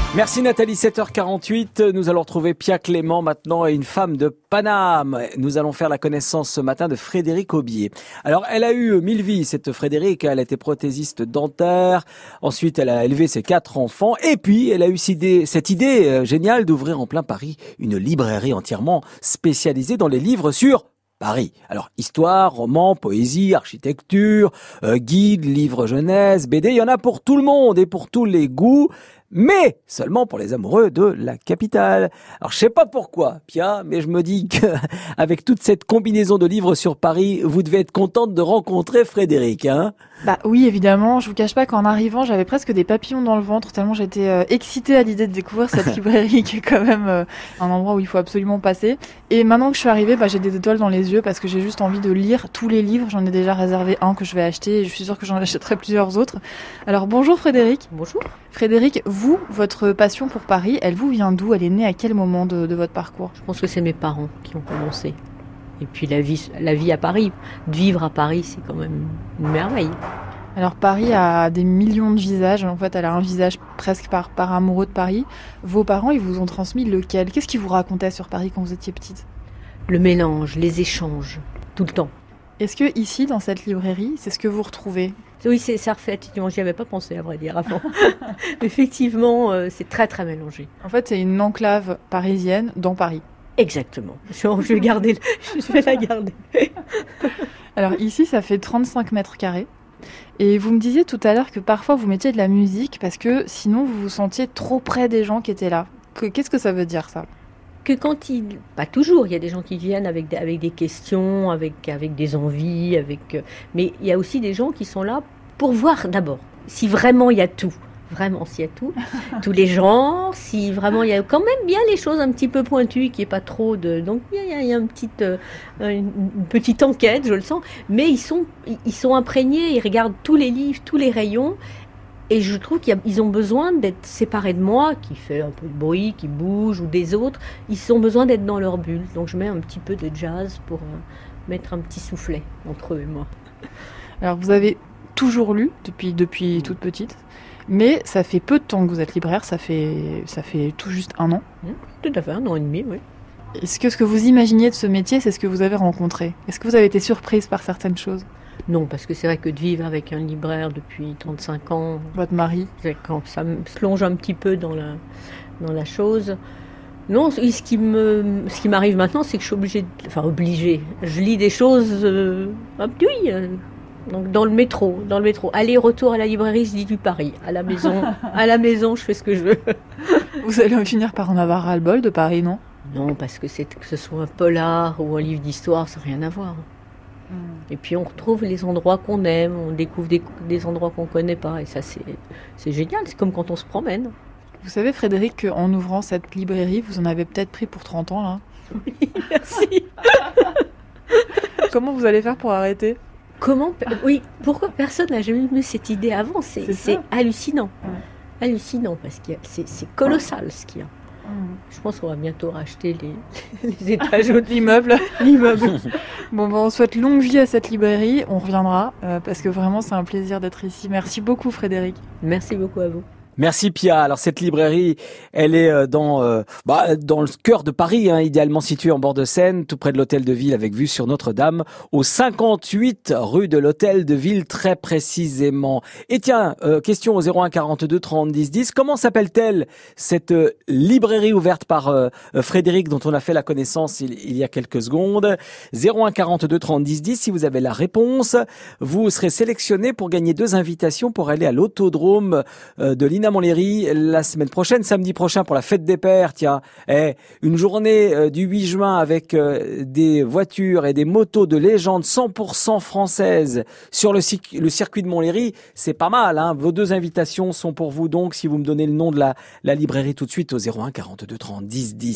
Merci Nathalie, 7h48. Nous allons retrouver Pia Clément maintenant et une femme de Paname. Nous allons faire la connaissance ce matin de Frédérique Aubier. Alors, elle a eu 1000 vies, cette Frédérique. Elle était prothésiste dentaire. Ensuite, elle a élevé ses 4 enfants. Et puis, elle a eu cette idée géniale d'ouvrir en plein Paris une librairie entièrement spécialisée dans les livres sur Paris. Alors, histoire, roman, poésie, architecture, guide, livres jeunesse, BD, il y en a pour tout le monde et pour tous les goûts, mais seulement pour les amoureux de la capitale. Alors, je sais pas pourquoi, Pia, mais je me dis que avec toute cette combinaison de livres sur Paris, vous devez être contente de rencontrer Frédéric, hein? Bah oui, évidemment. Je vous cache pas qu'en arrivant, j'avais presque des papillons dans le ventre tellement j'étais excitée à l'idée de découvrir cette librairie qui est quand même un endroit où il faut absolument passer. Et maintenant que je suis arrivée, j'ai des étoiles dans les yeux parce que j'ai juste envie de lire tous les livres. J'en ai déjà réservé un que je vais acheter et je suis sûre que j'en achèterai plusieurs autres. Alors bonjour Frédéric. Bonjour. Frédéric, vous, votre passion pour Paris, elle vous vient d'où? Elle est née à quel moment de votre parcours? Je pense que c'est mes parents qui ont commencé. Et puis la vie à Paris, de vivre à Paris, c'est quand même une merveille. Alors Paris a des millions de visages, en fait elle a un visage presque par amoureux de Paris. Vos parents, ils vous ont transmis lequel? Qu'est-ce qu'ils vous racontaient sur Paris quand vous étiez petite? Le mélange, les échanges, tout le temps. Est-ce que ici, dans cette librairie, c'est ce que vous retrouvez? Oui, c'est ça, effectivement, j'y avais pas pensé à vrai dire avant. Effectivement, c'est très très mélangé. En fait, c'est une enclave parisienne dans Paris. Exactement. Je vais la garder. Alors ici, ça fait 35 mètres carrés. Et vous me disiez tout à l'heure que parfois vous mettiez de la musique parce que sinon vous vous sentiez trop près des gens qui étaient là. Qu'est-ce que ça veut dire ça? Que pas toujours, il y a des gens qui viennent avec des questions, avec des envies, mais il y a aussi des gens qui sont là pour voir d'abord si vraiment il y a tout. Vraiment, s'il y a tout, tous les genres, si vraiment il y a quand même bien les choses un petit peu pointues, qu'il n'y ait pas trop de... Donc il y a une petite enquête, je le sens, mais ils sont imprégnés, ils regardent tous les livres, tous les rayons, et je trouve qu'ils ont besoin d'être séparés de moi, qui fait un peu de bruit, qui bouge, ou des autres, ils ont besoin d'être dans leur bulle. Donc je mets un petit peu de jazz pour mettre un petit soufflet entre eux et moi. Alors vous avez toujours lu depuis toute petite? Mais ça fait peu de temps que vous êtes libraire, ça fait tout juste 1 an. Tout à fait, 1 an et demi, oui. Est-ce que ce que vous imaginiez de ce métier, c'est ce que vous avez rencontré? Est-ce que vous avez été surprise par certaines choses? Non, parce que c'est vrai que de vivre avec un libraire depuis 35 ans... Votre mari? Quand ça me plonge un petit peu dans la chose... Non, ce qui m'arrive maintenant, c'est que je suis obligée. Je lis des choses... Donc dans le métro, aller-retour à la librairie, je lis du Paris. À la maison, je fais ce que je veux. Vous allez finir par en avoir ras-le-bol de Paris, non? Non, parce que ce soit un polar ou un livre d'histoire, ça n'a rien à voir. Et puis on retrouve les endroits qu'on aime, on découvre des endroits qu'on ne connaît pas, et ça c'est génial, c'est comme quand on se promène. Vous savez Frédéric, qu'en ouvrant cette librairie, vous en avez peut-être pris pour 30 ans là? Oui, merci. Comment vous allez faire pour arrêter? Oui, pourquoi personne n'a jamais eu cette idée avant? C'est hallucinant. Ouais. Hallucinant, parce que c'est colossal ce qu'il y a. Je pense qu'on va bientôt racheter les étages de l'immeuble. Bon, on souhaite longue vie à cette librairie. On reviendra parce que vraiment, c'est un plaisir d'être ici. Merci beaucoup, Frédéric. Merci beaucoup à vous. Merci Pia. Alors cette librairie, elle est dans le cœur de Paris, hein, idéalement située en bord de Seine, tout près de l'hôtel de ville avec vue sur Notre-Dame, au 58 rue de l'hôtel de ville très précisément. Et tiens, question au 01 42 30 10 10, comment s'appelle-t-elle cette librairie ouverte par Frédéric dont on a fait la connaissance il y a quelques secondes? 01 42 30 10 10, si vous avez la réponse, vous serez sélectionné pour gagner 2 invitations pour aller à l'autodrome de l'Ina Montlhéry la semaine prochaine, samedi prochain pour la fête des pères. Tiens, une journée du 8 juin avec des voitures et des motos de légende 100% françaises sur le circuit de Montlhéry. C'est pas mal, hein. Vos 2 invitations sont pour vous donc si vous me donnez le nom de la librairie tout de suite au 01 42 30 10 10.